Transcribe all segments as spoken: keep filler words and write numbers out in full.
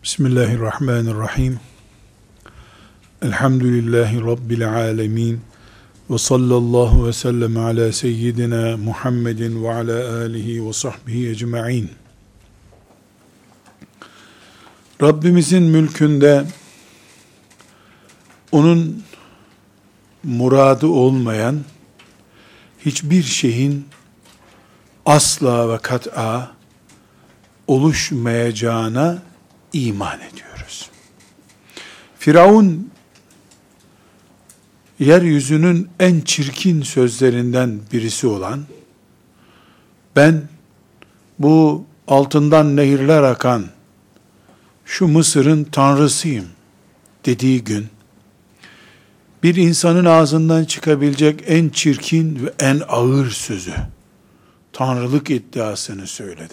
Bismillahirrahmanirrahim. Elhamdülillahi Rabbil alemin. Ve sallallahu ve sellem ala seyyidina Muhammedin ve ala alihi ve sahbihi ecma'in. Rabbimizin mülkünde onun muradı olmayan hiçbir şeyin asla ve kat'a oluşmayacağına iman ediyoruz. Firavun yeryüzünün en çirkin sözlerinden birisi olan, ben bu altından nehirler akan şu Mısır'ın tanrısıyım dediği gün, bir insanın ağzından çıkabilecek en çirkin ve en ağır sözü, tanrılık iddiasını söyledi.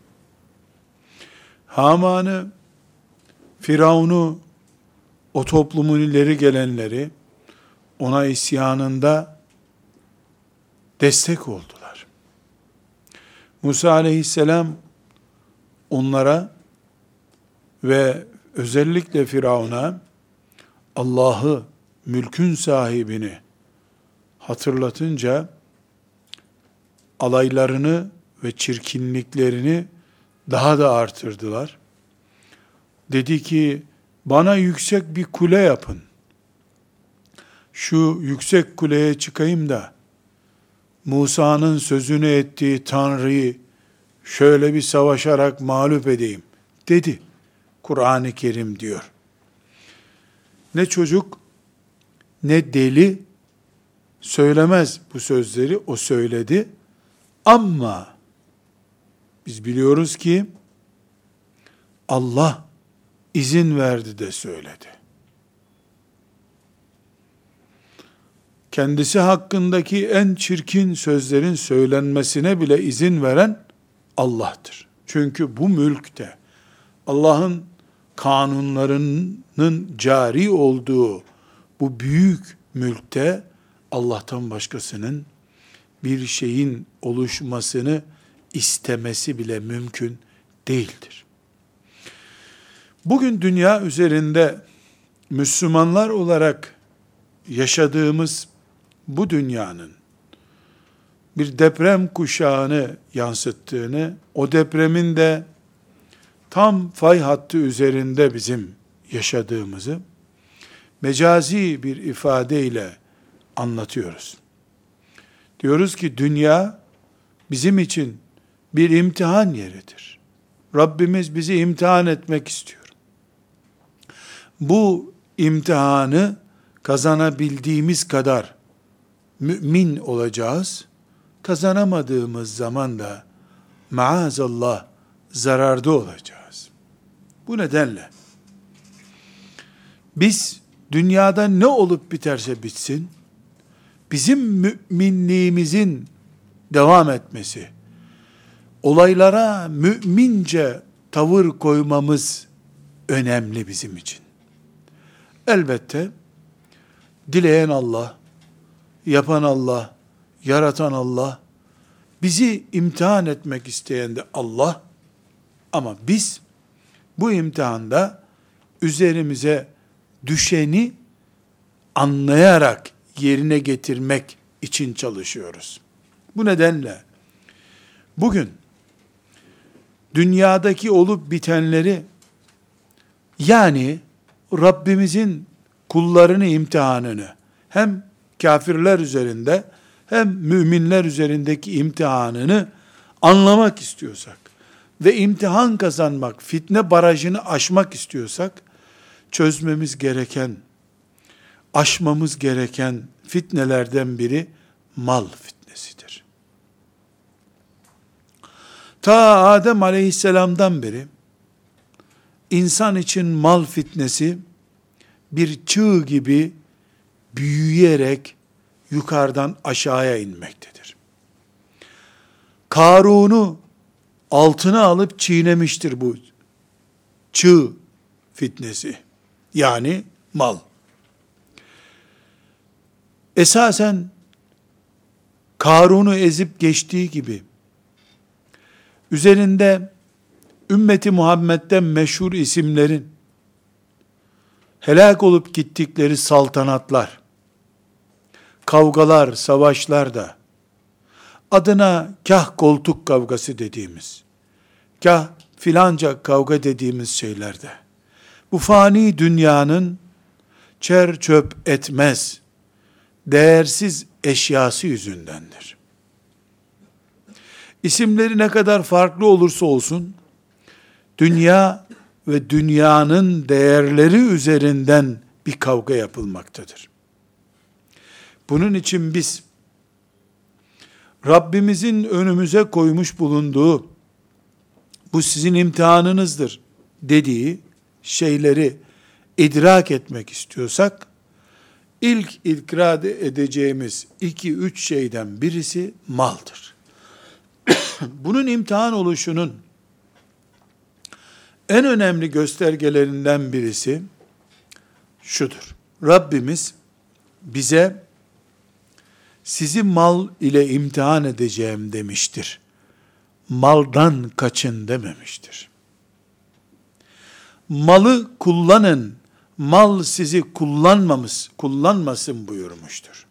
Haman'ı, Firavun'u, o toplumun ileri gelenleri ona isyanında destek oldular. Musa aleyhisselam onlara ve özellikle Firavun'a Allah'ı, mülkün sahibini hatırlatınca alaylarını ve çirkinliklerini daha da artırdılar. Dedi ki, bana yüksek bir kule yapın. Şu yüksek kuleye çıkayım da Musa'nın sözünü ettiği Tanrı'yı şöyle bir savaşarak mağlup edeyim dedi. Kur'an-ı Kerim diyor. Ne çocuk ne deli söylemez bu sözleri, o söyledi. Ama biz biliyoruz ki Allah izin verdi de söyledi. Kendisi hakkındaki en çirkin sözlerin söylenmesine bile izin veren Allah'tır. Çünkü bu mülkte Allah'ın kanunlarının cari olduğu bu büyük mülkte Allah'tan başkasının bir şeyin oluşmasını istemesi bile mümkün değildir. Bugün dünya üzerinde Müslümanlar olarak yaşadığımız bu dünyanın bir deprem kuşağını yansıttığını, o depremin de tam fay hattı üzerinde bizim yaşadığımızı mecazi bir ifadeyle anlatıyoruz. Diyoruz ki dünya bizim için bir imtihan yeridir. Rabbimiz bizi imtihan etmek istiyor. Bu imtihanı kazanabildiğimiz kadar mümin olacağız. Kazanamadığımız zaman da maazallah zararda olacağız. Bu nedenle biz dünyada ne olup biterse bitsin, bizim müminliğimizin devam etmesi, olaylara mümince tavır koymamız önemli bizim için. Elbette dileyen Allah, yapan Allah, yaratan Allah, bizi imtihan etmek isteyen de Allah, ama biz bu imtihanda üzerimize düşeni anlayarak yerine getirmek için çalışıyoruz. Bu nedenle bugün dünyadaki olup bitenleri, yani Rabbimizin kullarını imtihanını hem kafirler üzerinde hem müminler üzerindeki imtihanını anlamak istiyorsak ve imtihan kazanmak, fitne barajını aşmak istiyorsak, çözmemiz gereken, aşmamız gereken fitnelerden biri mal fitnesidir. Ta Adem aleyhisselamdan beri insan için mal fitnesi bir çığ gibi büyüyerek yukarıdan aşağıya inmektedir. Karun'u altına alıp çiğnemiştir bu çığ fitnesi. Yani mal. Esasen Karun'u ezip geçtiği gibi üzerinde ümmeti Muhammed'den meşhur isimlerin helak olup gittikleri saltanatlar, kavgalar, savaşlar da adına kah koltuk kavgası dediğimiz, kah filanca kavga dediğimiz şeylerde bu fani dünyanın çer çöp etmez, değersiz eşyası yüzündendir. İsimleri ne kadar farklı olursa olsun, dünya ve dünyanın değerleri üzerinden bir kavga yapılmaktadır. Bunun için biz, Rabbimizin önümüze koymuş bulunduğu, bu sizin imtihanınızdır dediği şeyleri idrak etmek istiyorsak, ilk idrak edeceğimiz iki üç şeyden birisi maldır. Bunun imtihan oluşunun en önemli göstergelerinden birisi şudur. Rabbimiz bize sizi mal ile imtihan edeceğim demiştir. Maldan kaçın dememiştir. Malı kullanın, mal sizi kullanmamız, kullanmasın buyurmuştur.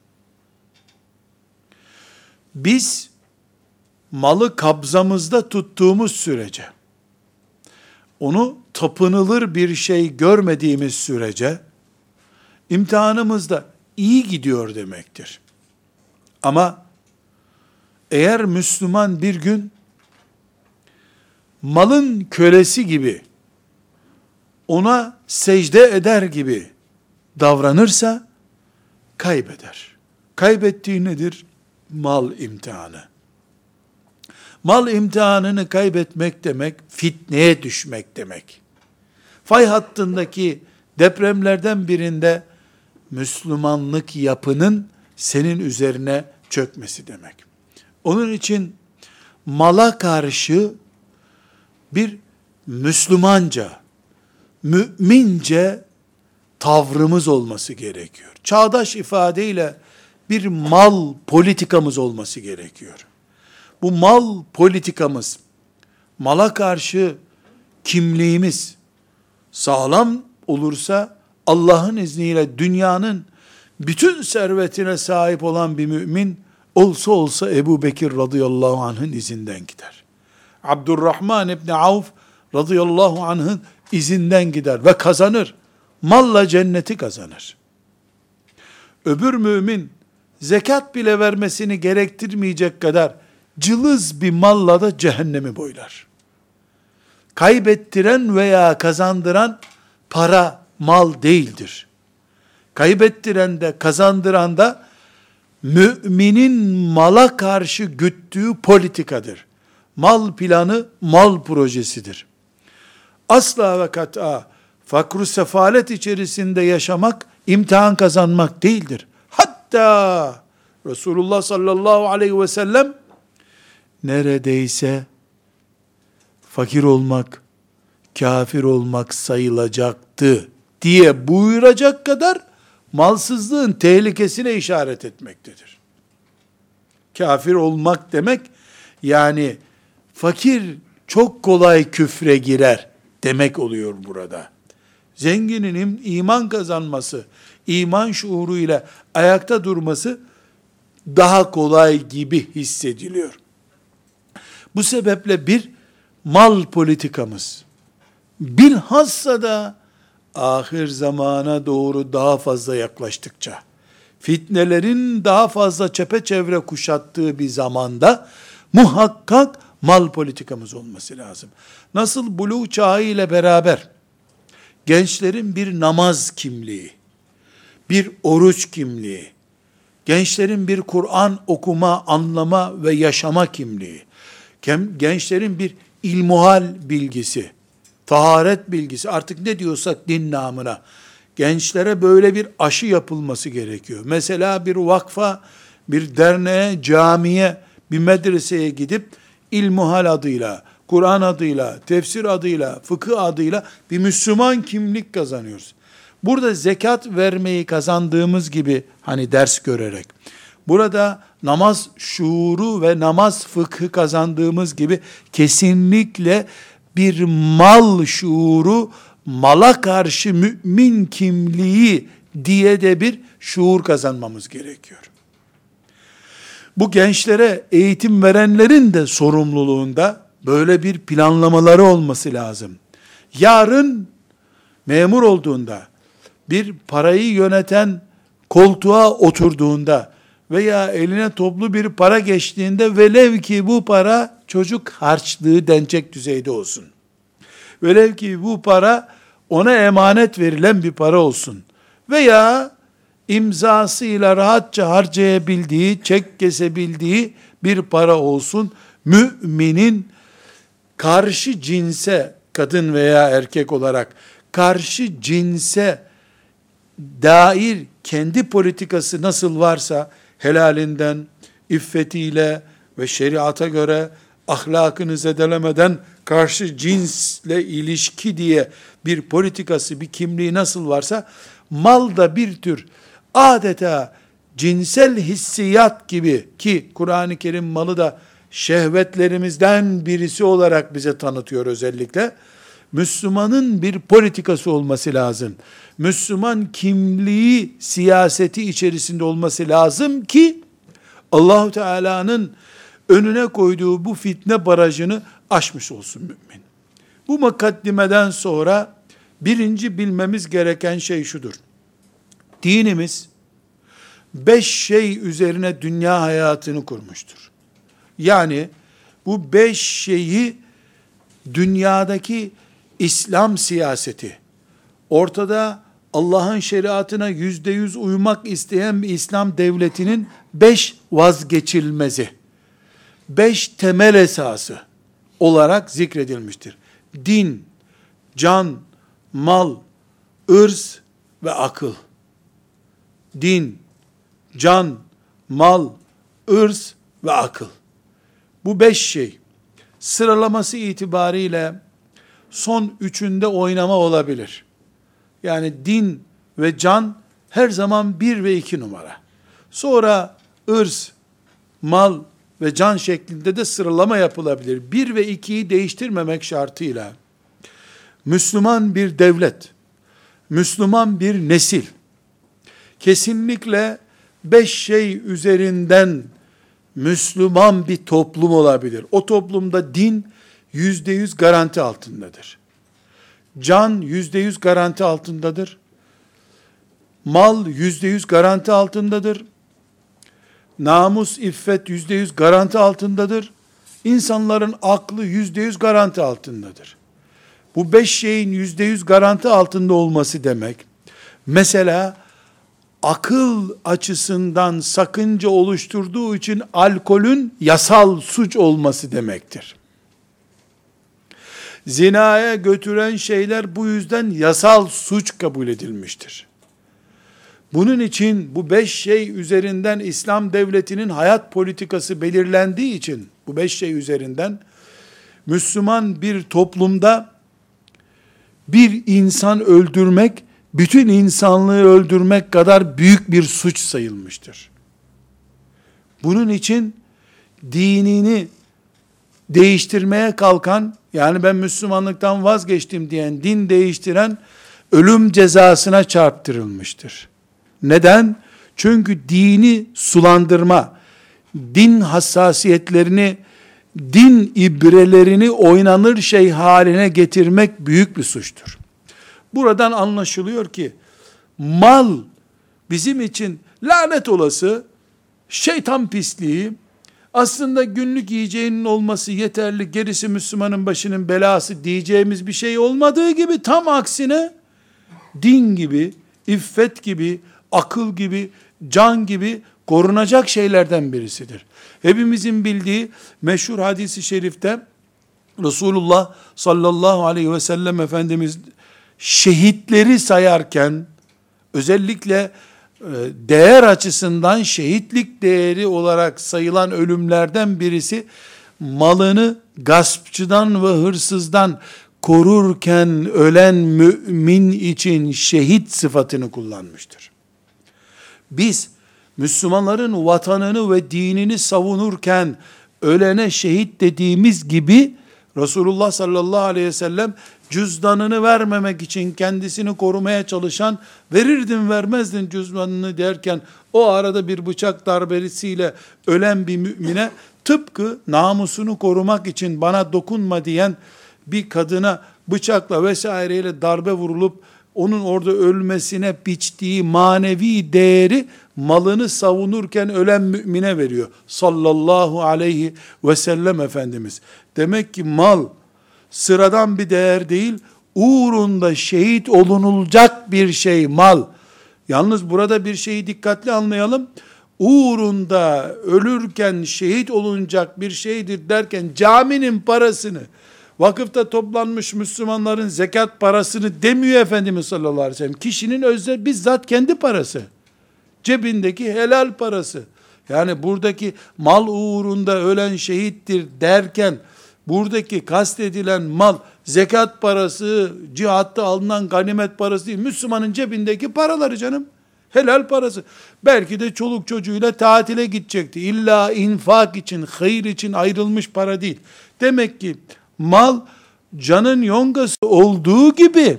Biz malı kabzamızda tuttuğumuz sürece, onu tapınılır bir şey görmediğimiz sürece, imtihanımız da iyi gidiyor demektir. Ama eğer Müslüman bir gün malın kölesi gibi, ona secde eder gibi davranırsa kaybeder. Kaybettiği nedir? Mal imtihanı. Mal imtihanını kaybetmek demek, fitneye düşmek demek. Fay hattındaki depremlerden birinde Müslümanlık yapının senin üzerine çökmesi demek. Onun için mala karşı bir Müslümanca, mümince tavrımız olması gerekiyor. Çağdaş ifadeyle bir mal politikamız olması gerekiyor. Bu mal politikamız, mala karşı kimliğimiz sağlam olursa, Allah'ın izniyle dünyanın bütün servetine sahip olan bir mümin, olsa olsa Ebu Bekir radıyallahu anh'ın izinden gider. Abdurrahman İbni Avf radıyallahu anh'ın izinden gider ve kazanır. Malla cenneti kazanır. Öbür mümin, zekat bile vermesini gerektirmeyecek kadar cılız bir malla da cehennemi boylar. Kaybettiren veya kazandıran para, mal değildir. Kaybettiren de kazandıran da müminin mala karşı güttüğü politikadır. Mal planı, mal projesidir. Asla ve kat'a fakr-ı sefalet içerisinde yaşamak, imtihan kazanmak değildir. Hatta Resulullah sallallahu aleyhi ve sellem neredeyse fakir olmak, kafir olmak sayılacaktı diye buyuracak kadar malsızlığın tehlikesine işaret etmektedir. Kafir olmak demek, yani fakir çok kolay küfre girer demek oluyor burada. Zenginin iman kazanması, iman şuuruyla ayakta durması daha kolay gibi hissediliyor. Bu sebeple bir mal politikamız, bilhassa da ahir zamana doğru daha fazla yaklaştıkça, fitnelerin daha fazla çepeçevre kuşattığı bir zamanda muhakkak mal politikamız olması lazım. Nasıl buluğ çağı ile beraber gençlerin bir namaz kimliği, bir oruç kimliği, gençlerin bir Kur'an okuma, anlama ve yaşama kimliği, gençlerin bir ilmuhal bilgisi, taharet bilgisi, artık ne diyorsak din namına, gençlere böyle bir aşı yapılması gerekiyor. Mesela bir vakfa, bir derneğe, camiye, bir medreseye gidip ilmuhal adıyla, Kur'an adıyla, tefsir adıyla, fıkıh adıyla bir Müslüman kimlik kazanıyoruz. Burada zekat vermeyi kazandığımız gibi, hani ders görerek, burada namaz şuuru ve namaz fıkhı kazandığımız gibi, kesinlikle bir mal şuuru, mala karşı mümin kimliği diye de bir şuur kazanmamız gerekiyor. Bu gençlere eğitim verenlerin de sorumluluğunda böyle bir planlamaları olması lazım. Yarın memur olduğunda, bir parayı yöneten koltuğa oturduğunda veya eline toplu bir para geçtiğinde, velev ki bu para çocuk harçlığı denecek düzeyde olsun. Velev ki bu para ona emanet verilen bir para olsun. Veya imzasıyla rahatça harcayabildiği, çek kesebildiği bir para olsun. Müminin karşı cinse, kadın veya erkek olarak karşı cinse dair kendi politikası nasıl varsa, helalinden, iffetiyle ve şeriata göre ahlakını zedelemeden karşı cinsle ilişki diye bir politikası, bir kimliği nasıl varsa, mal da bir tür adeta cinsel hissiyat gibi, ki Kur'an-ı Kerim malı da şehvetlerimizden birisi olarak bize tanıtıyor özellikle. Müslümanın bir politikası olması lazım. Müslüman kimliği siyaseti içerisinde olması lazım ki Allah-u Teala'nın önüne koyduğu bu fitne barajını aşmış olsun mümin. Bu mukaddimeden sonra birinci bilmemiz gereken şey şudur. Dinimiz beş şey üzerine dünya hayatını kurmuştur. Yani bu beş şeyi dünyadaki İslam siyaseti, ortada Allah'ın şeriatına yüzde yüz uymak isteyen bir İslam devletinin beş vazgeçilmezi, beş temel esası olarak zikredilmiştir. Din, can, mal, ırz ve akıl. Din, can, mal, ırz ve akıl. Bu beş şey sıralaması itibariyle son üçünde oynama olabilir. Yani din ve can her zaman bir ve iki numara. Sonra ırz, mal ve can şeklinde de sıralama yapılabilir. Bir ve ikiyi değiştirmemek şartıyla Müslüman bir devlet, Müslüman bir nesil kesinlikle beş şey üzerinden Müslüman bir toplum olabilir. O toplumda din yüzde yüz garanti altındadır. Can yüzde yüz garanti altındadır. Mal yüzde yüz garanti altındadır. Namus, iffet yüzde yüz garanti altındadır. İnsanların aklı yüzde yüz garanti altındadır. Bu beş şeyin yüzde yüz garanti altında olması demek, mesela akıl açısından sakınca oluşturduğu için alkolün yasal suç olması demektir. Zinaya götüren şeyler bu yüzden yasal suç kabul edilmiştir. Bunun için bu beş şey üzerinden İslam devletinin hayat politikası belirlendiği için, bu beş şey üzerinden Müslüman bir toplumda bir insan öldürmek, bütün insanlığı öldürmek kadar büyük bir suç sayılmıştır. Bunun için dinini değiştirmeye kalkan, yani ben Müslümanlıktan vazgeçtim diyen, din değiştiren ölüm cezasına çarptırılmıştır. Neden? Çünkü dini sulandırma, din hassasiyetlerini, din ibrelerini oynanır şey haline getirmek büyük bir suçtur. Buradan anlaşılıyor ki, mal bizim için lanet olası, şeytan pisliği, aslında günlük yiyeceğinin olması yeterli, gerisi Müslümanın başının belası diyeceğimiz bir şey olmadığı gibi, tam aksine din gibi, iffet gibi, akıl gibi, can gibi korunacak şeylerden birisidir. Hepimizin bildiği meşhur hadis-i şerifte Resulullah sallallahu aleyhi ve sellem Efendimiz şehitleri sayarken, özellikle değer açısından şehitlik değeri olarak sayılan ölümlerden birisi, malını gaspçıdan ve hırsızdan korurken ölen mümin için şehit sıfatını kullanmıştır. Biz Müslümanların vatanını ve dinini savunurken ölene şehit dediğimiz gibi, Resulullah sallallahu aleyhi ve sellem cüzdanını vermemek için kendisini korumaya çalışan, verirdin vermezdin cüzdanını derken, o arada bir bıçak darbesiyle ölen bir mümine, tıpkı namusunu korumak için bana dokunma diyen bir kadına bıçakla vesaireyle darbe vurulup onun orada ölmesine biçtiği manevi değeri malını savunurken ölen mümine veriyor. Sallallahu aleyhi ve sellem Efendimiz. Demek ki mal sıradan bir değer değil, uğrunda şehit olunulacak bir şey mal. Yalnız burada bir şeyi dikkatli anlayalım. Uğrunda ölürken şehit olunacak bir şeydir derken, caminin parasını, vakıfta toplanmış Müslümanların zekat parasını demiyor Efendimiz sallallahu aleyhi ve sellem. Kişinin özel bizzat kendi parası. Cebindeki helal parası. Yani buradaki mal uğrunda ölen şehittir derken, buradaki kastedilen mal zekat parası, cihatta alınan ganimet parası değil. Müslümanın cebindeki paraları canım. Helal parası. Belki de çoluk çocuğuyla tatile gidecekti. İlla infak için, hayır için ayrılmış para değil. Demek ki mal canın yongası olduğu gibi,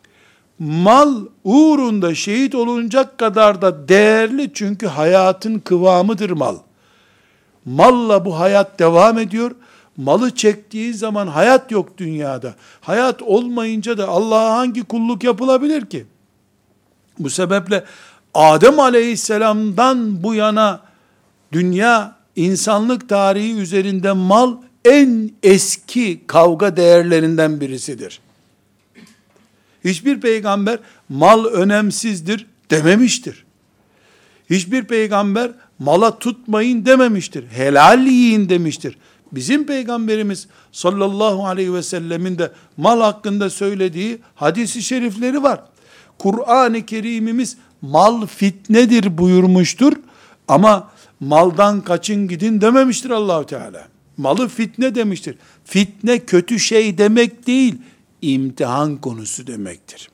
mal uğrunda şehit olunacak kadar da değerli, çünkü hayatın kıvamıdır mal. Malla bu hayat devam ediyor. Malı çektiği zaman hayat yok dünyada. Hayat olmayınca da Allah'a hangi kulluk yapılabilir ki? Bu sebeple Adem aleyhisselamdan bu yana dünya, insanlık tarihi üzerinde mal en eski kavga değerlerinden birisidir. Hiçbir peygamber mal önemsizdir dememiştir. Hiçbir peygamber mala tutmayın dememiştir. Helal yiyin demiştir. Bizim peygamberimiz sallallahu aleyhi ve sellemin de mal hakkında söylediği hadis-i şerifleri var. Kur'an-ı Kerimimiz mal fitnedir buyurmuştur. Ama maldan kaçın gidin dememiştir Allah-u Teala. Malı fitne demiştir. Fitne kötü şey demek değil, imtihan konusu demektir.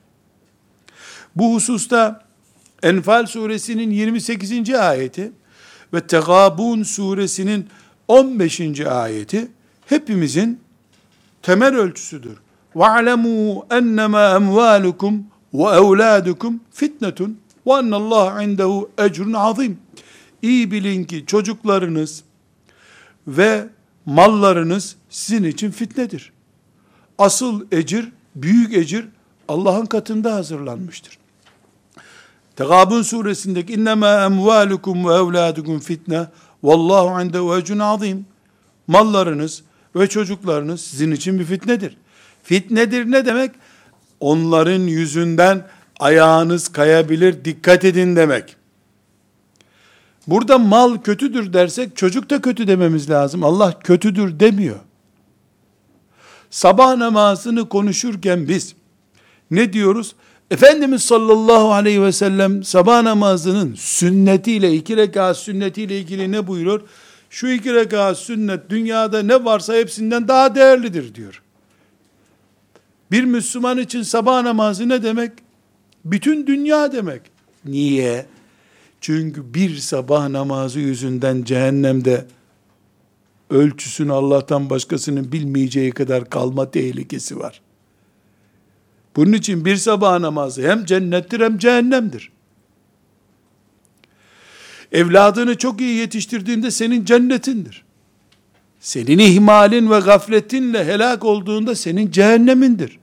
Bu hususta Enfal suresinin yirmi sekizinci ayeti ve Tegabun suresinin on beşinci ayeti hepimizin temel ölçüsüdür. وَعْلَمُوا اَنَّمَا اَمْوَالُكُمْ وَاَوْلَادُكُمْ فِتْنَةٌ وَاَنَّ اللّٰهَ عِنْدَهُ اَجْرٌ عَظِيمٌ. İyi bilin ki çocuklarınız ve mallarınız sizin için fitnedir. Asıl ecir, büyük ecir Allah'ın katında hazırlanmıştır. Tegabun suresindeki innema emvalukum ve evladukum fitne vallahu indehu ecrun azim. Mallarınız ve çocuklarınız sizin için bir fitnedir. Fitnedir ne demek? Onların yüzünden ayağınız kayabilir, dikkat edin demek. Burada mal kötüdür dersek çocuk da kötü dememiz lazım. Allah kötüdür demiyor. Sabah namazını konuşurken biz ne diyoruz? Efendimiz sallallahu aleyhi ve sellem sabah namazının sünnetiyle, iki rekat sünnetiyle ilgili ne buyuruyor? Şu iki rekat sünnet dünyada ne varsa hepsinden daha değerlidir diyor. Bir Müslüman için sabah namazı ne demek? Bütün dünya demek. Niye? Çünkü bir sabah namazı yüzünden cehennemde ölçüsünü Allah'tan başkasının bilmeyeceği kadar kalma tehlikesi var. Bunun için bir sabah namazı hem cennettir hem cehennemdir. Evladını çok iyi yetiştirdiğinde senin cennetindir. Senin ihmalin ve gafletinle helak olduğunda senin cehennemindir.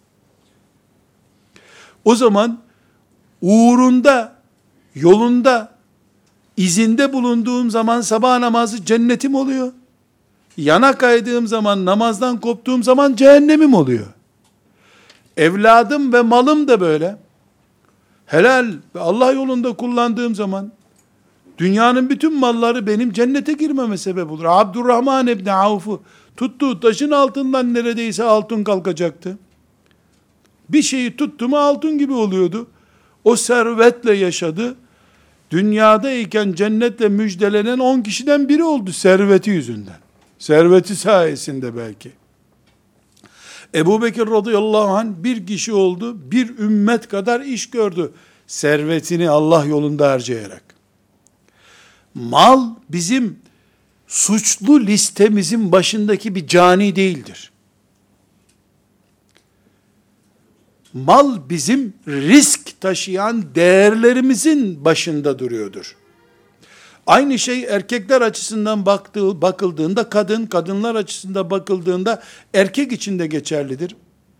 O zaman uğrunda, yolunda, izinde bulunduğum zaman sabah namazı cennetim oluyor. Yana kaydığım zaman, namazdan koptuğum zaman cehennemim oluyor. Evladım ve malım da böyle. Helal ve Allah yolunda kullandığım zaman dünyanın bütün malları benim cennete girmeme sebep olur. Abdurrahman İbni Avf'u tuttuğu taşın altından neredeyse altın kalkacaktı. Bir şeyi tuttu mu altın gibi oluyordu. O servetle yaşadı. Dünyadayken cennetle müjdelenen on kişiden biri oldu serveti yüzünden. Serveti sayesinde belki. Ebu Bekir radıyallahu anh bir kişi oldu, bir ümmet kadar iş gördü. Servetini Allah yolunda harcayarak. Mal bizim suçlu listemizin başındaki bir cani değildir. Mal bizim risk taşıyan değerlerimizin başında duruyordur. Aynı şey erkekler açısından baktığı, bakıldığında kadın, kadınlar açısından bakıldığında erkek için de geçerlidir.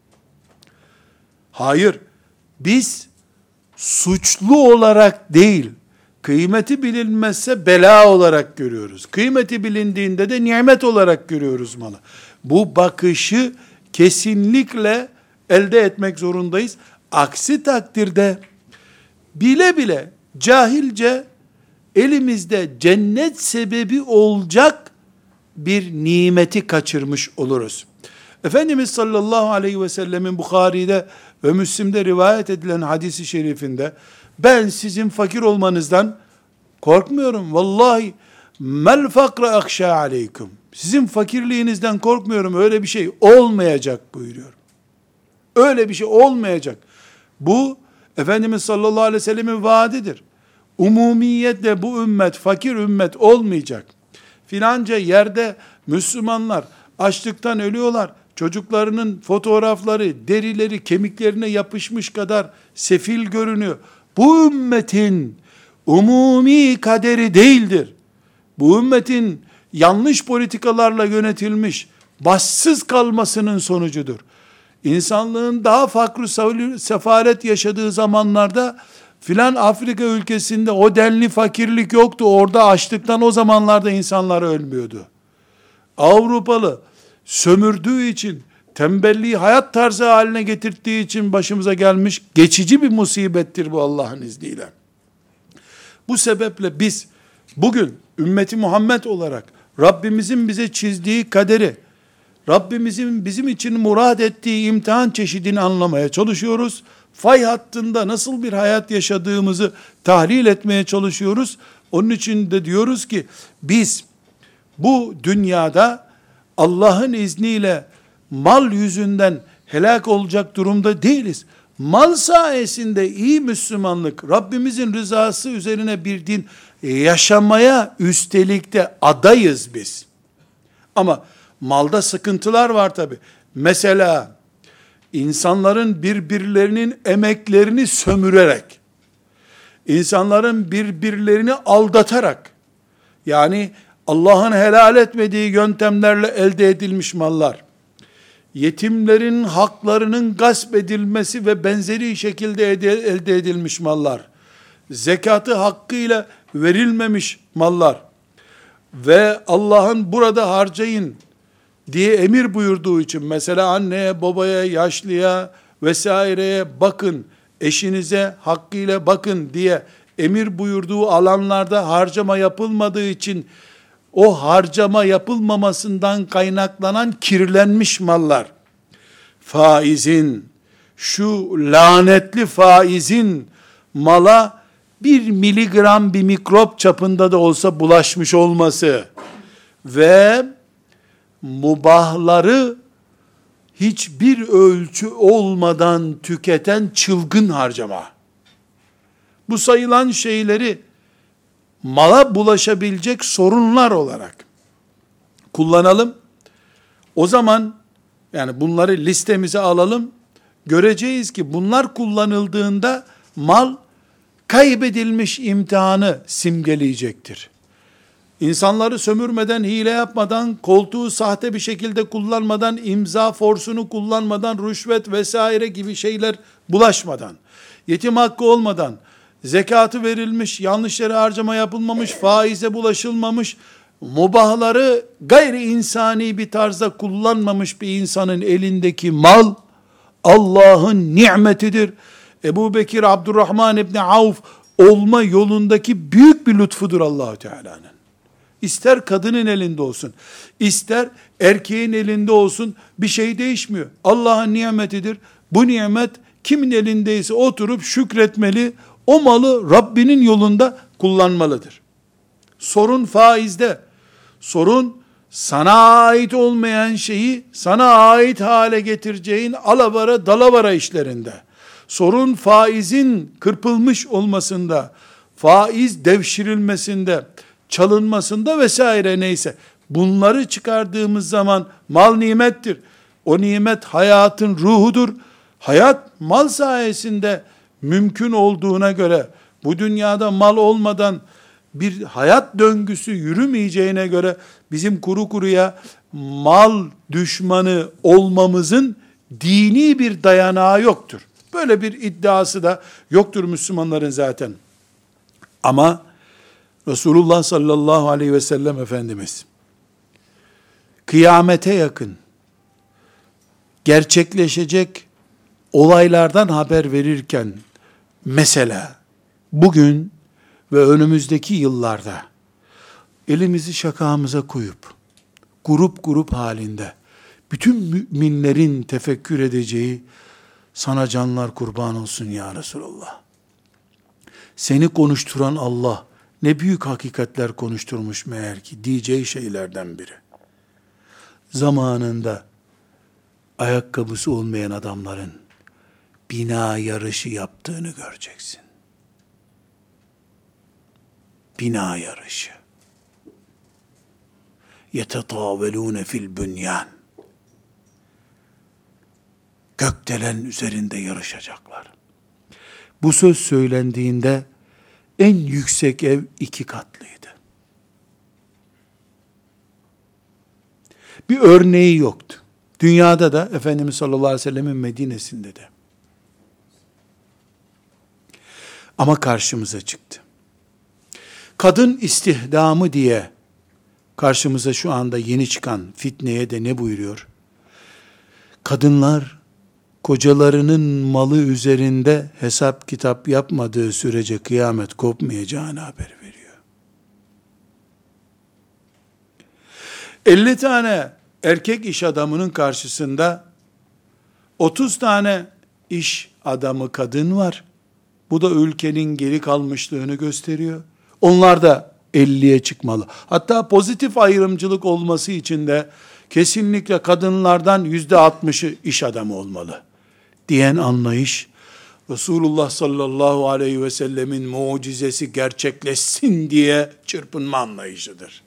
Hayır, biz suçlu olarak değil, kıymeti bilinmezse bela olarak görüyoruz. Kıymeti bilindiğinde de nimet olarak görüyoruz malı. Bu bakışı kesinlikle elde etmek zorundayız. Aksi takdirde bile bile cahilce elimizde cennet sebebi olacak bir nimeti kaçırmış oluruz. Efendimiz sallallahu aleyhi ve sellemin Bukhari'de ve Müslim'de rivayet edilen hadisi şerifinde ben sizin fakir olmanızdan korkmuyorum. Vallahi mel fakra akşa aleykum. Sizin fakirliğinizden korkmuyorum. Öyle bir şey olmayacak buyuruyor. Öyle bir şey olmayacak. Bu Efendimiz sallallahu aleyhi ve sellemin vaadidir. Umumiyetle bu ümmet fakir ümmet olmayacak. Filanca yerde Müslümanlar açlıktan ölüyorlar. Çocuklarının fotoğrafları, derileri kemiklerine yapışmış kadar sefil görünüyor. Bu ümmetin umumi kaderi değildir. Bu ümmetin yanlış politikalarla yönetilmiş, başsız kalmasının sonucudur. İnsanlığın daha farklı sefalet yaşadığı zamanlarda filan Afrika ülkesinde o denli fakirlik yoktu. Orada açlıktan o zamanlarda insanlar ölmüyordu. Avrupalı sömürdüğü için, tembelliği hayat tarzı haline getirdiği için başımıza gelmiş geçici bir musibettir bu Allah'ın izniyle. Bu sebeple biz bugün ümmeti Muhammed olarak Rabbimizin bize çizdiği kaderi, Rabbimizin bizim için murad ettiği imtihan çeşidini anlamaya çalışıyoruz. Fay hattında nasıl bir hayat yaşadığımızı tahlil etmeye çalışıyoruz. Onun için de diyoruz ki biz bu dünyada Allah'ın izniyle mal yüzünden helak olacak durumda değiliz. Mal sayesinde iyi Müslümanlık, Rabbimizin rızası üzerine bir din yaşamaya üstelik de adayız biz. Ama malda sıkıntılar var tabi. Mesela insanların birbirlerinin emeklerini sömürerek, insanların birbirlerini aldatarak, yani Allah'ın helal etmediği yöntemlerle elde edilmiş mallar, yetimlerin haklarının gasp edilmesi ve benzeri şekilde elde edilmiş mallar, zekatı hakkıyla verilmemiş mallar ve Allah'ın burada harcayın diye emir buyurduğu için, mesela anneye, babaya, yaşlıya vesaireye bakın, eşinize hakkıyla bakın diye emir buyurduğu alanlarda harcama yapılmadığı için, o harcama yapılmamasından kaynaklanan kirlenmiş mallar, faizin, şu lanetli faizin mala bir miligram bir mikrop çapında da olsa bulaşmış olması ve mubahları hiçbir ölçü olmadan tüketen çılgın harcama. Bu sayılan şeyleri mala bulaşabilecek sorunlar olarak kullanalım. O zaman yani bunları listemize alalım. Göreceğiz ki bunlar kullanıldığında mal kaybedilmiş imtihanı simgeleyecektir. İnsanları sömürmeden, hile yapmadan, koltuğu sahte bir şekilde kullanmadan, imza forsunu kullanmadan, rüşvet vesaire gibi şeyler bulaşmadan, yetim hakkı olmadan, zekatı verilmiş, yanlış yere harcama yapılmamış, faize bulaşılmamış, mubahları gayri insani bir tarzda kullanmamış bir insanın elindeki mal, Allah'ın nimetidir. Ebu Bekir Abdurrahman İbni Avf olma yolundaki büyük bir lütfudur Allah-u Teala'nın. İster kadının elinde olsun, ister erkeğin elinde olsun, bir şey değişmiyor. Allah'ın nimetidir. Bu nimet kimin elindeyse oturup şükretmeli, o malı Rabbinin yolunda kullanmalıdır. Sorun faizde. Sorun sana ait olmayan şeyi sana ait hale getireceğin alavara dalavara işlerinde. Sorun faizin kırpılmış olmasında, faiz devşirilmesinde, çalınmasında vesaire neyse. Bunları çıkardığımız zaman mal nimettir. O nimet hayatın ruhudur. Hayat mal sayesinde mümkün olduğuna göre, bu dünyada mal olmadan bir hayat döngüsü yürümeyeceğine göre, bizim kuru kuruya mal düşmanı olmamızın dini bir dayanağı yoktur. Böyle bir iddiası da yoktur Müslümanların zaten. Ama Resulullah sallallahu aleyhi ve sellem Efendimiz, kıyamete yakın gerçekleşecek olaylardan haber verirken, mesela bugün ve önümüzdeki yıllarda elimizi şakağımıza koyup, grup grup halinde, bütün müminlerin tefekkür edeceği, sana canlar kurban olsun ya Resulallah, seni konuşturan Allah, ne büyük hakikatler konuşturmuş meğer ki, diyeceği şeylerden biri. Zamanında ayakkabısı olmayan adamların bina yarışı yaptığını göreceksin. Bina yarışı. يَتَطَاوَلُونَ fil bünyan. Gökdelen üzerinde yarışacaklar. Bu söz söylendiğinde en yüksek ev iki katlıydı. Bir örneği yoktu. Dünyada da Efendimiz sallallahu aleyhi ve sellemin Medine'sinde de. Ama karşımıza çıktı. Kadın istihdamı diye karşımıza şu anda yeni çıkan fitneye de ne buyuruyor? Kadınlar kocalarının malı üzerinde hesap kitap yapmadığı sürece kıyamet kopmayacağını haber veriyor. elli tane erkek iş adamının karşısında otuz tane iş adamı kadın var. Bu da ülkenin geri kalmışlığını gösteriyor. Onlar da elliye çıkmalı. Hatta pozitif ayrımcılık olması için de kesinlikle kadınlardan yüzde altmışı iş adamı olmalı diyen anlayış, Resulullah sallallahu aleyhi ve sellemin mucizesi gerçekleşsin diye çırpınma anlayışıdır.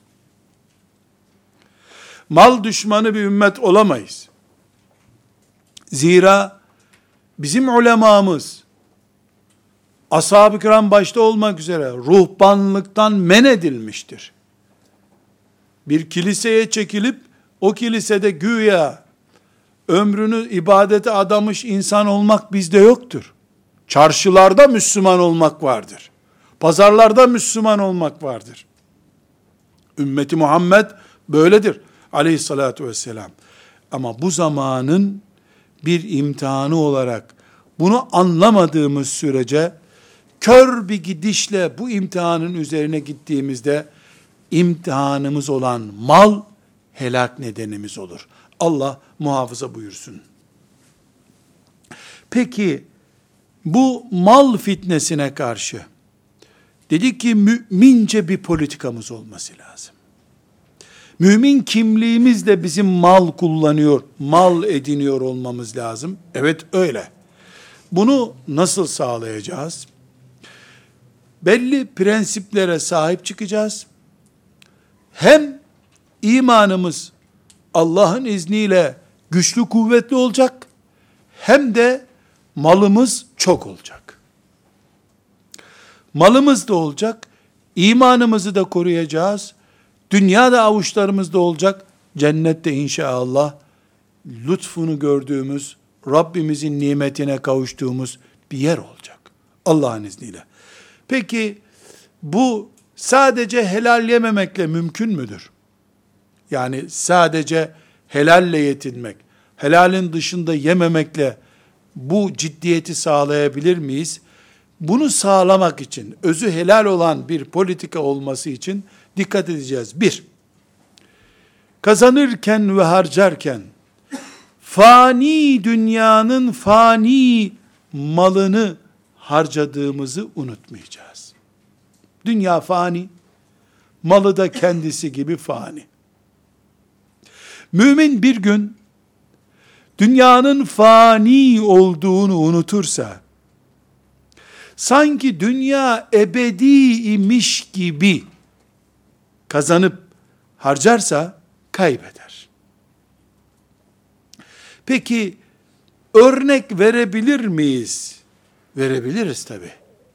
Mal düşmanı bir ümmet olamayız. Zira bizim ulemamız, ashab-ı kiram başta olmak üzere ruhbanlıktan men edilmiştir. Bir kiliseye çekilip o kilisede güya ömrünü ibadete adamış insan olmak bizde yoktur. Çarşılarda Müslüman olmak vardır. Pazarlarda Müslüman olmak vardır. Ümmeti Muhammed böyledir aleyhissalatu vesselam. Ama bu zamanın bir imtihanı olarak bunu anlamadığımız sürece kör bir gidişle bu imtihanın üzerine gittiğimizde imtihanımız olan mal helak nedenimiz olur. Allah muhafaza buyursun. Peki bu mal fitnesine karşı dedik ki mümince bir politikamız olması lazım. Mümin kimliğimizle bizim mal kullanıyor, mal ediniyor olmamız lazım. Evet öyle. Bunu nasıl sağlayacağız? Belli prensiplere sahip çıkacağız. Hem imanımız Allah'ın izniyle güçlü kuvvetli olacak, hem de malımız çok olacak. Malımız da olacak, imanımızı da koruyacağız, dünyada avuçlarımızda olacak, cennette inşallah lütfunu gördüğümüz, Rabbimizin nimetine kavuştuğumuz bir yer olacak. Allah'ın izniyle. Peki bu sadece helal yememekle mümkün müdür? Yani sadece helalle yetinmek, helalin dışında yememekle bu ciddiyeti sağlayabilir miyiz? Bunu sağlamak için, özü helal olan bir politika olması için dikkat edeceğiz. Bir, kazanırken ve harcarken, fani dünyanın fani malını harcadığımızı unutmayacağız. Dünya fani, malı da kendisi gibi fani. Mümin bir gün dünyanın fani olduğunu unutursa, sanki dünya ebedi imiş gibi kazanıp harcarsa kaybeder. Peki örnek verebilir miyiz? Verebiliriz tabi.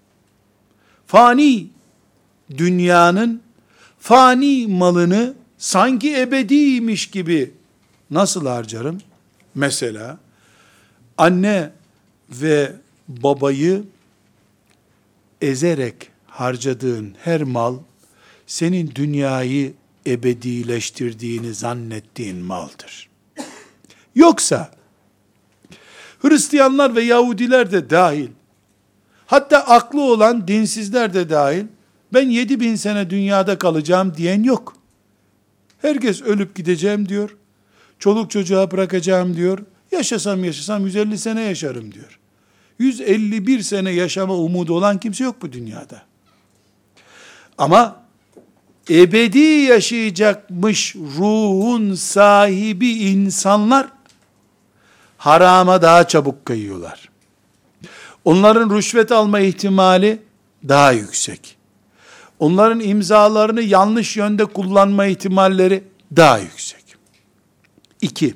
Fani dünyanın fani malını sanki ebediymiş gibi nasıl harcarım? Mesela anne ve babayı ezerek harcadığın her mal, senin dünyayı ebedileştirdiğini zannettiğin maldır. Yoksa, Hristiyanlar ve Yahudiler de dahil, hatta aklı olan dinsizler de dahil, ben yedi bin sene dünyada kalacağım diyen yok. Herkes ölüp gideceğim diyor. Çoluk çocuğa bırakacağım diyor. Yaşasam yaşasam yüz elli sene yaşarım diyor. yüz elli bir sene yaşama umudu olan kimse yok bu dünyada. Ama ebedi yaşayacakmış ruhun sahibi insanlar harama daha çabuk kayıyorlar. Onların rüşvet alma ihtimali daha yüksek. Onların imzalarını yanlış yönde kullanma ihtimalleri daha yüksek. İki,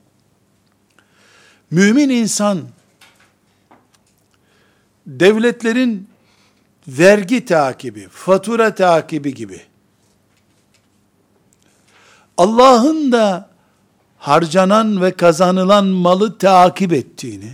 mümin insan, devletlerin vergi takibi, fatura takibi gibi, Allah'ın da harcanan ve kazanılan malı takip ettiğini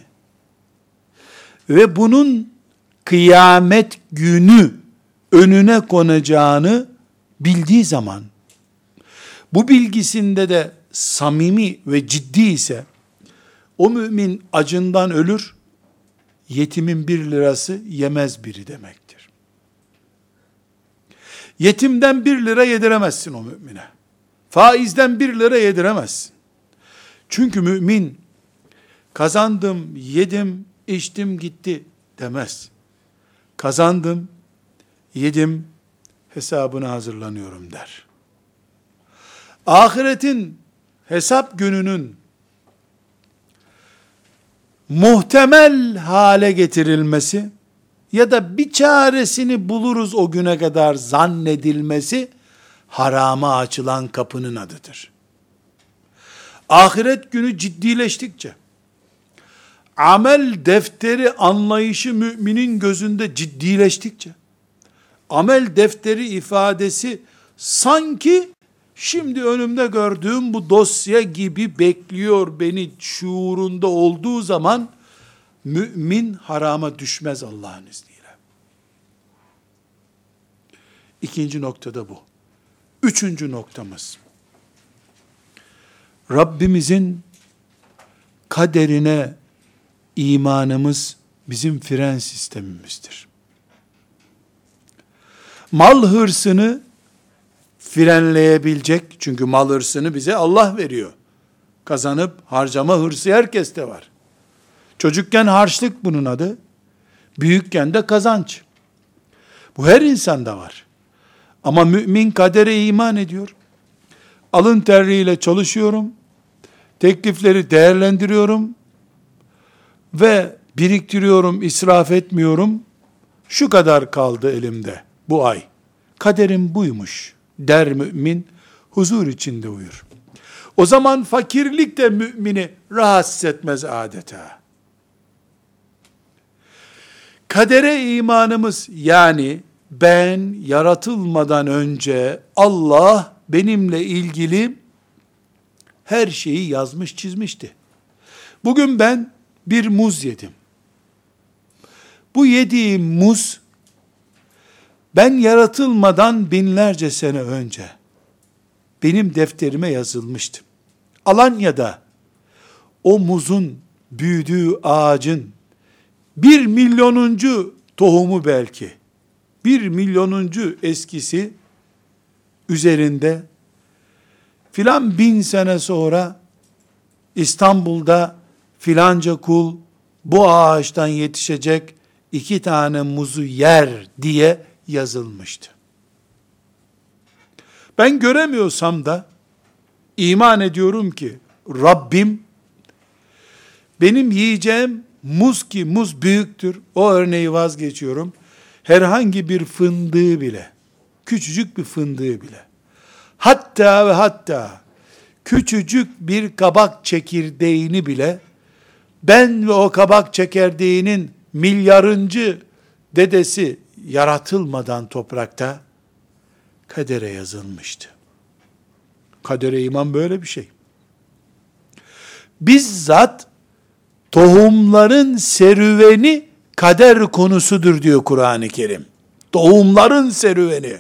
ve bunun kıyamet günü önüne konacağını bildiği zaman, bu bilgisinde de samimi ve ciddi ise, o mümin acından ölür, yetimin bir lirası yemez biri demektir. Yetimden bir lira yediremezsin o mümine. Faizden bir lira yediremezsin. Çünkü mümin, kazandım, yedim, içtim gitti demez. Kazandım, yedim, hesabına hazırlanıyorum der. Ahiretin hesap gününün muhtemel hale getirilmesi ya da bir çaresini buluruz o güne kadar zannedilmesi, harama açılan kapının adıdır. Ahiret günü ciddileştikçe, amel defteri anlayışı müminin gözünde ciddileştikçe, amel defteri ifadesi sanki şimdi önümde gördüğüm bu dosya gibi bekliyor beni şuurunda olduğu zaman, mümin harama düşmez Allah'ın izniyle. İkinci noktada bu. Üçüncü noktamız, Rabbimizin kaderine imanımız bizim fren sistemimizdir. Mal hırsını frenleyebilecek, çünkü mal hırsını bize Allah veriyor. Kazanıp harcama hırsı herkeste var. Çocukken harçlık bunun adı, büyükken de kazanç. Bu her insanda var. Ama mümin kadere iman ediyor. Alın teriyle çalışıyorum, teklifleri değerlendiriyorum ve biriktiriyorum, israf etmiyorum. Şu kadar kaldı elimde bu ay. Kaderim buymuş der mümin, huzur içinde uyur. O zaman fakirlik de mümini rahatsız etmez adeta. Kadere imanımız, yani ben yaratılmadan önce Allah benimle ilgili her şeyi yazmış çizmişti. Bugün ben bir muz yedim. Bu yediğim muz, ben yaratılmadan binlerce sene önce benim defterime yazılmıştı. Alanya'da o muzun büyüdüğü ağacın bir milyonuncu tohumu belki, bir milyonuncu eskisi üzerinde filan bin sene sonra İstanbul'da filanca kul bu ağaçtan yetişecek iki tane muzu yer diye yazılmıştı. Ben göremiyorsam da iman ediyorum ki Rabbim benim yiyeceğim muz, ki muz büyüktür, o örneği vazgeçiyorum, herhangi bir fındığı bile, küçücük bir fındığı bile, hatta ve hatta küçücük bir kabak çekirdeğini bile ben ve o kabak çekirdeğinin milyarıncı dedesi yaratılmadan toprakta kadere yazılmıştı. Kadere iman böyle bir şey. Bizzat tohumların serüveni kader konusudur diyor Kur'an-ı Kerim. Tohumların serüveni.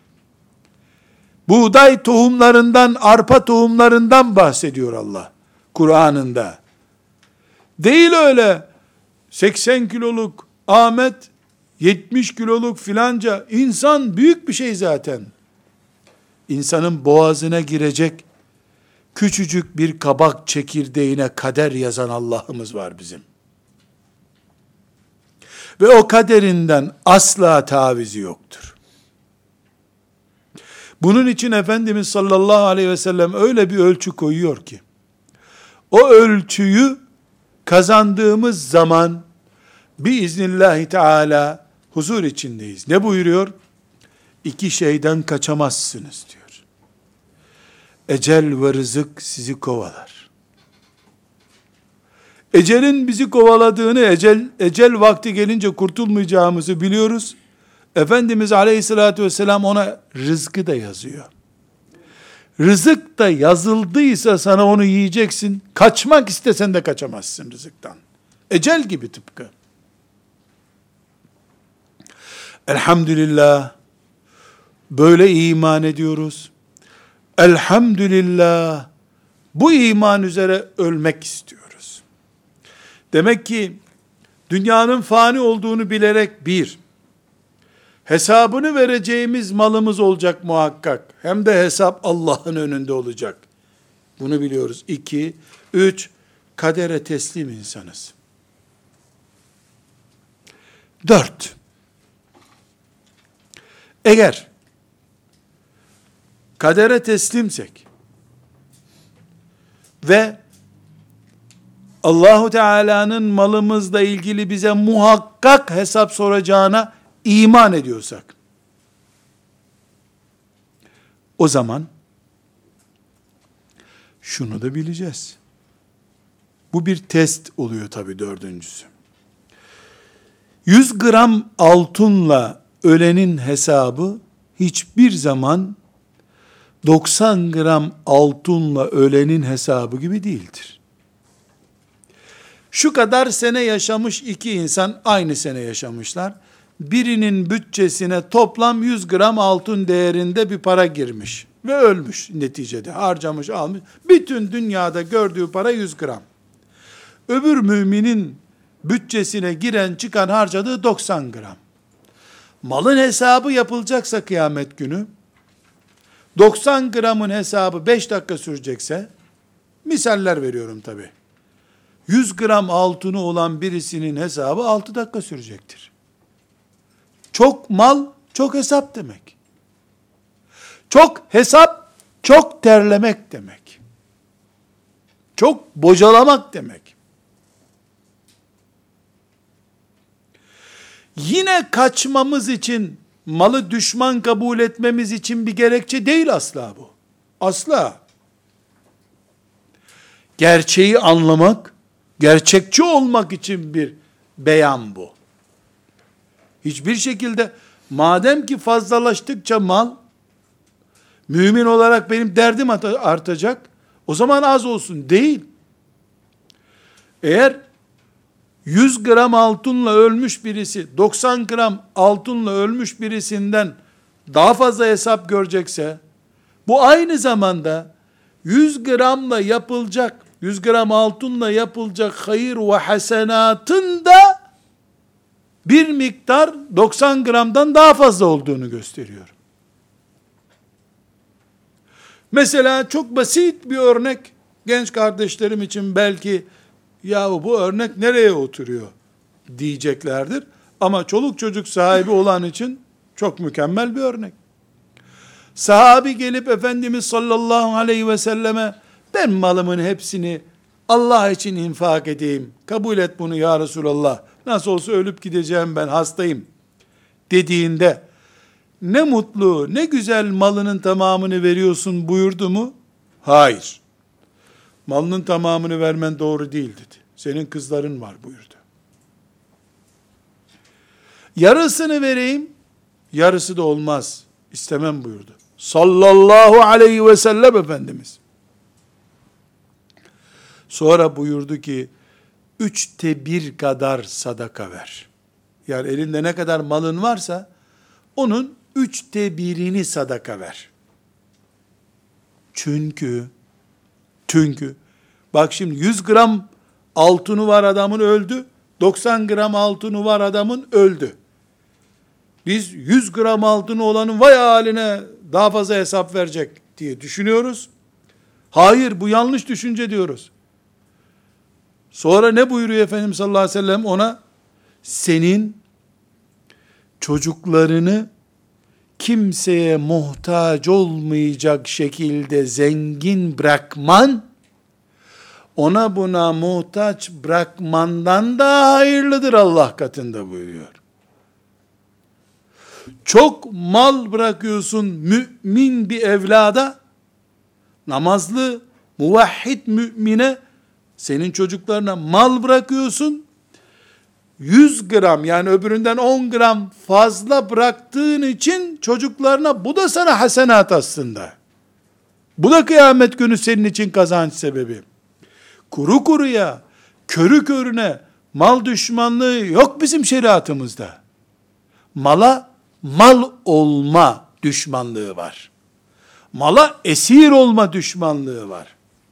Buğday tohumlarından, arpa tohumlarından bahsediyor Allah Kur'an'ında. Değil öyle seksen kiloluk Ahmet, yetmiş kiloluk filanca. İnsan büyük bir şey zaten. İnsanın boğazına girecek küçücük bir kabak çekirdeğine kader yazan Allah'ımız var bizim. Ve o kaderinden asla tavizi yoktur. Bunun için Efendimiz sallallahu aleyhi ve sellem öyle bir ölçü koyuyor ki, o ölçüyü kazandığımız zaman biiznillahü teala huzur içindeyiz. Ne buyuruyor? İki şeyden kaçamazsınız diyor. Ecel ve rızık sizi kovalar. Ecelin bizi kovaladığını, ecel, ecel vakti gelince kurtulmayacağımızı biliyoruz. Efendimiz aleyhissalatü vesselam ona rızkı da yazıyor. Rızık da yazıldıysa sana onu yiyeceksin. Kaçmak istesen de kaçamazsın rızıktan. Ecel gibi tıpkı. Elhamdülillah böyle iman ediyoruz. Elhamdülillah bu iman üzere ölmek istiyoruz. Demek ki dünyanın fani olduğunu bilerek bir, hesabını vereceğimiz malımız olacak muhakkak. Hem de hesap Allah'ın önünde olacak. Bunu biliyoruz. İki, üç, kadere teslim insanız. Dört, eğer kadere teslimsek ve Allahu Teala'nın malımızla ilgili bize muhakkak hesap soracağına iman ediyorsak, o zaman şunu da bileceğiz. Bu bir test oluyor tabii dördüncüsü. yüz gram altınla ölenin hesabı hiçbir zaman doksan gram altınla ölenin hesabı gibi değildir. Şu kadar sene yaşamış iki insan aynı sene yaşamışlar. Birinin bütçesine toplam yüz gram altın değerinde bir para girmiş ve ölmüş neticede, harcamış almış. Bütün dünyada gördüğü para yüz gram. Öbür müminin bütçesine giren çıkan harcadığı doksan gram. Malın hesabı yapılacaksa kıyamet günü, doksan gramın hesabı beş dakika sürecekse, misaller veriyorum tabi, yüz gram altını olan birisinin hesabı altı dakika sürecektir. Çok mal, çok hesap demek. Çok hesap, çok terlemek demek. Çok bocalamak demek. Yine kaçmamız için, malı düşman kabul etmemiz için bir gerekçe değil asla bu. Asla. Gerçeği anlamak, gerçekçi olmak için bir beyan bu. Hiçbir şekilde, madem ki fazlalaştıkça mal, mümin olarak benim derdim artacak, o zaman az olsun. Değil. Eğer yüz gram altınla ölmüş birisi, doksan gram altınla ölmüş birisinden daha fazla hesap görecekse, bu aynı zamanda yüz gramla yapılacak, yüz gram altınla yapılacak hayır ve hasenatın da bir miktar doksan gramdan daha fazla olduğunu gösteriyor. Mesela çok basit bir örnek, genç kardeşlerim için belki, yahu bu örnek nereye oturuyor diyeceklerdir. Ama çoluk çocuk sahibi olan için çok mükemmel bir örnek. Sahabi gelip Efendimiz sallallahu aleyhi ve selleme, ben malımın hepsini Allah için infak edeyim, kabul et bunu ya Resulallah, nasıl olsa ölüp gideceğim, ben hastayım dediğinde, ne mutlu, ne güzel malının tamamını veriyorsun buyurdu mu? Hayır. Malının tamamını vermen doğru değil dedi. Senin kızların var buyurdu. Yarısını vereyim, yarısı da olmaz, istemem buyurdu. Sallallahu aleyhi ve sellem Efendimiz. Sonra buyurdu ki, üçte bir kadar sadaka ver. Yani elinde ne kadar malın varsa, onun üçte birini sadaka ver. Çünkü, çünkü, bak şimdi yüz gram altını var adamın öldü, doksan gram altını var adamın öldü. Biz yüz gram altını olanın vay haline daha fazla hesap verecek diye düşünüyoruz. Hayır, bu yanlış düşünce diyoruz. Sonra ne buyuruyor Efendimiz sallallahu aleyhi ve sellem ona? Senin çocuklarını kimseye muhtaç olmayacak şekilde zengin bırakman, ona buna muhtaç bırakmandan daha hayırlıdır Allah katında buyuruyor. Çok mal bırakıyorsun mümin bir evlada, namazlı, muvahhid mümine, senin çocuklarına mal bırakıyorsun, yüz gram yani öbüründen on gram fazla bıraktığın için çocuklarına, bu da sana hasenat aslında. Bu da kıyamet günü senin için kazanç sebebi. Kuru kuruya, körü körüne mal düşmanlığı yok bizim şeriatımızda. Mala mal olma düşmanlığı var. Mala esir olma düşmanlığı var.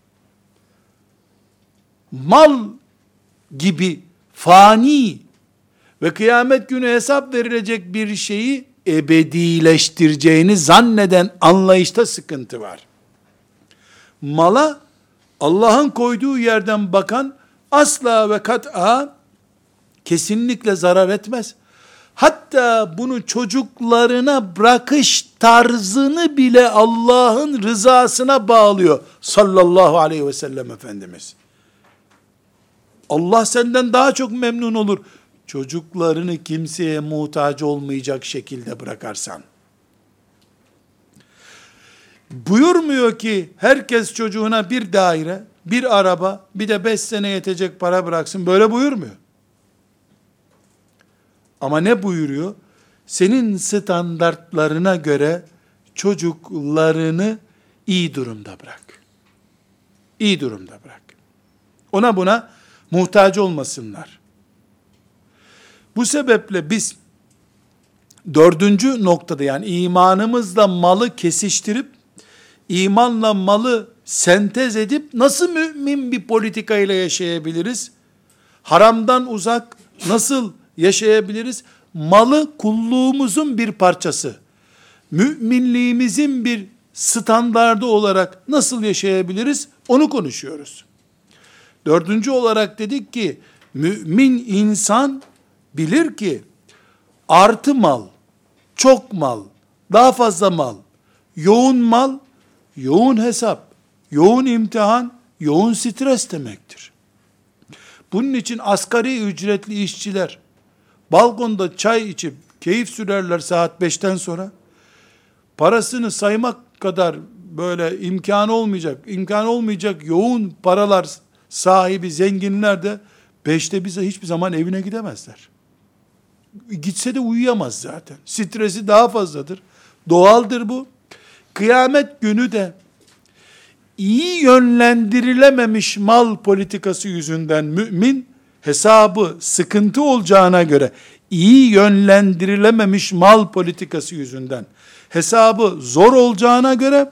Mal gibi fani ve kıyamet günü hesap verilecek bir şeyi ebedileştireceğini zanneden anlayışta sıkıntı var. Mala Allah'ın koyduğu yerden bakan asla ve kat'a kesinlikle zarar etmez. Hatta bunu çocuklarına bırakış tarzını bile Allah'ın rızasına bağlıyor sallallahu aleyhi ve sellem Efendimiz. Allah senden daha çok memnun olur çocuklarını kimseye muhtaç olmayacak şekilde bırakarsan. Buyurmuyor ki herkes çocuğuna bir daire, bir araba, bir de beş sene yetecek para bıraksın. Böyle buyurmuyor. Ama ne buyuruyor? Senin standartlarına göre çocuklarını iyi durumda bırak. İyi durumda bırak. Ona buna muhtaç olmasınlar. Bu sebeple biz dördüncü noktada, yani imanımızla malı kesiştirip imanla malı sentez edip nasıl mümin bir politika ile yaşayabiliriz? Haramdan uzak nasıl yaşayabiliriz? Malı kulluğumuzun bir parçası, müminliğimizin bir standardı olarak nasıl yaşayabiliriz? Onu konuşuyoruz. Dördüncü olarak dedik ki, mümin insan bilir ki, artı mal, çok mal, daha fazla mal, yoğun mal, yoğun hesap, yoğun imtihan, yoğun stres demektir. Bunun için asgari ücretli işçiler, balkonda çay içip keyif sürerler saat beşten sonra, parasını saymak kadar böyle imkanı olmayacak, imkanı olmayacak yoğun paralar sahibi zenginler de beşte bize hiçbir zaman evine gidemezler. Gitse de uyuyamaz zaten. Stresi daha fazladır. Doğaldır bu. Kıyamet günü de iyi yönlendirilememiş mal politikası yüzünden mümin hesabı sıkıntı olacağına göre, iyi yönlendirilememiş mal politikası yüzünden hesabı zor olacağına göre,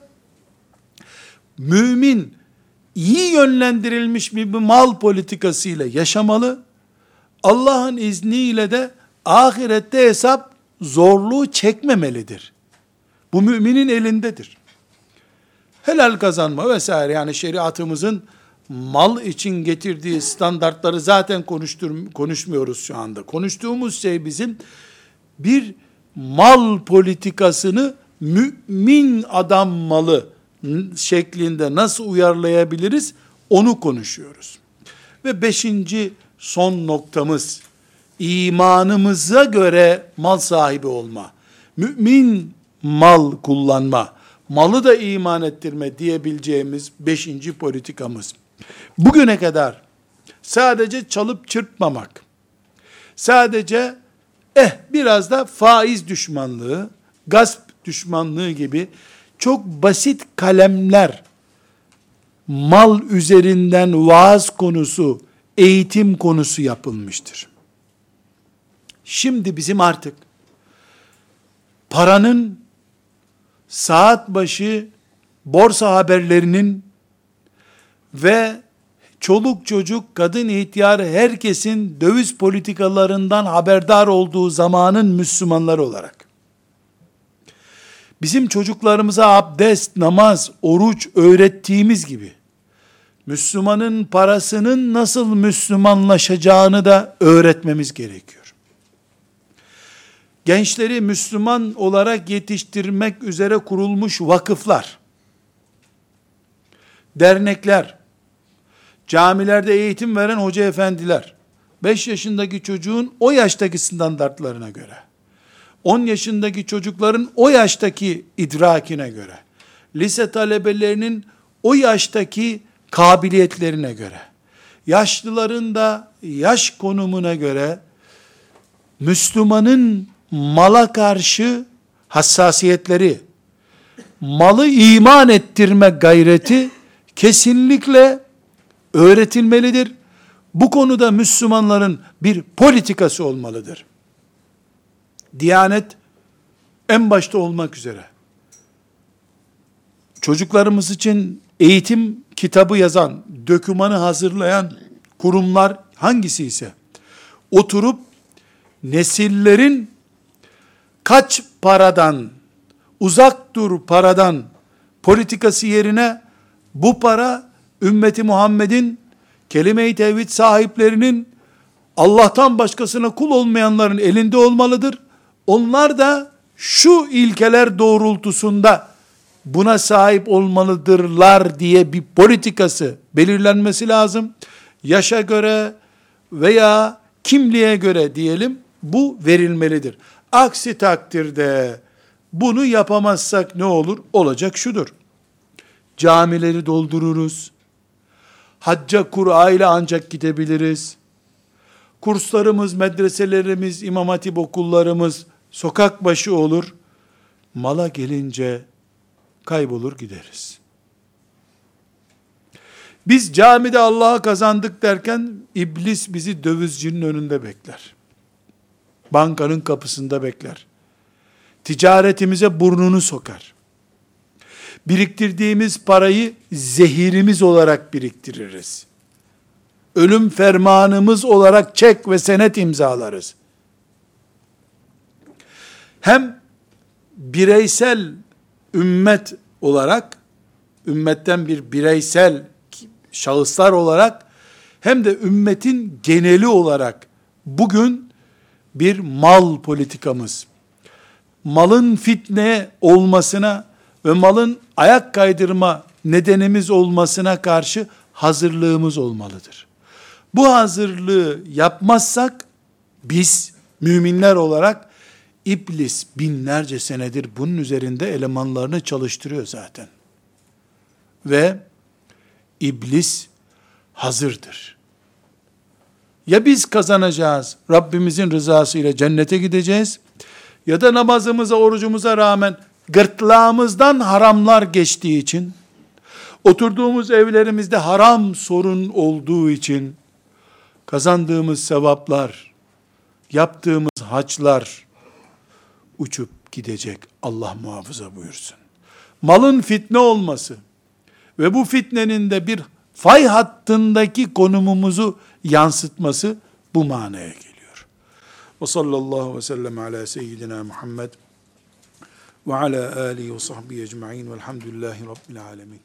mümin iyi yönlendirilmiş bir mal politikasıyla yaşamalı. Allah'ın izniyle de ahirette hesap zorluğu çekmemelidir. Bu müminin elindedir. Helal kazanma vesaire, yani şeriatımızın mal için getirdiği standartları zaten konuştur, konuşmuyoruz şu anda. Konuştuğumuz şey bizim bir mal politikasını mümin adam malı şeklinde nasıl uyarlayabiliriz onu konuşuyoruz. Ve beşinci son noktamız, imanımıza göre mal sahibi olma, mümin mal kullanma, malı da iman ettirme diyebileceğimiz beşinci politikamız. Bugüne kadar sadece çalıp çırpmamak, sadece eh biraz da faiz düşmanlığı, gasp düşmanlığı gibi çok basit kalemler, mal üzerinden vaaz konusu, eğitim konusu yapılmıştır. Şimdi bizim artık paranın saat başı borsa haberlerinin ve çoluk çocuk, kadın ihtiyar herkesin döviz politikalarından haberdar olduğu zamanın Müslümanları olarak bizim çocuklarımıza abdest, namaz, oruç öğrettiğimiz gibi Müslümanın parasının nasıl Müslümanlaşacağını da öğretmemiz gerekiyor. Gençleri Müslüman olarak yetiştirmek üzere kurulmuş vakıflar, dernekler, camilerde eğitim veren hoca efendiler, beş yaşındaki çocuğun o yaştaki standartlarına göre, on yaşındaki çocukların o yaştaki idrakine göre, lise talebelerinin o yaştaki kabiliyetlerine göre, yaşlıların da yaş konumuna göre, Müslümanın mala karşı hassasiyetleri, malı iman ettirme gayreti kesinlikle öğretilmelidir. Bu konuda Müslümanların bir politikası olmalıdır. Diyanet en başta olmak üzere çocuklarımız için eğitim kitabı yazan, dokümanı hazırlayan kurumlar hangisi ise oturup nesillerin kaç paradan, uzak dur paradan politikası yerine bu para ümmeti Muhammed'in, kelime-i tevhid sahiplerinin, Allah'tan başkasına kul olmayanların elinde olmalıdır. Onlar da şu ilkeler doğrultusunda buna sahip olmalıdırlar diye bir politikası belirlenmesi lazım. Yaşa göre veya kimliğe göre diyelim, bu verilmelidir. Aksi takdirde bunu yapamazsak ne olur? Olacak şudur: camileri doldururuz. Hacca, Kur'a ile ancak gidebiliriz. Kurslarımız, medreselerimiz, İmam Hatip okullarımız sokak başı olur. Mala gelince kaybolur gideriz. Biz camide Allah'a kazandık derken iblis bizi dövizcinin önünde bekler. Bankanın kapısında bekler. Ticaretimize burnunu sokar. Biriktirdiğimiz parayı zehirimiz olarak biriktiririz. Ölüm fermanımız olarak çek ve senet imzalarız. Hem bireysel ümmet olarak, ümmetten bir bireysel şahıslar olarak, hem de ümmetin geneli olarak bugün bir mal politikamız, malın fitne olmasına ve malın ayak kaydırma nedenimiz olmasına karşı hazırlığımız olmalıdır. Bu hazırlığı yapmazsak biz müminler olarak, iblis binlerce senedir bunun üzerinde elemanlarını çalıştırıyor zaten. Ve iblis hazırdır. Ya biz kazanacağız, Rabbimizin rızası ile cennete gideceğiz, ya da namazımıza, orucumuza rağmen gırtlağımızdan haramlar geçtiği için, oturduğumuz evlerimizde haram sorun olduğu için, kazandığımız sevaplar, yaptığımız haçlar uçup gidecek. Allah muhafaza buyursun. Malın fitne olması ve bu fitnenin de bir fay hattındaki konumumuzu yansıtması bu manaya geliyor. Ve sallallahu ve sellem ala seyyidina Muhammed ve ala alihi ve sahbihi ecma'in velhamdülillahi rabbil alemin.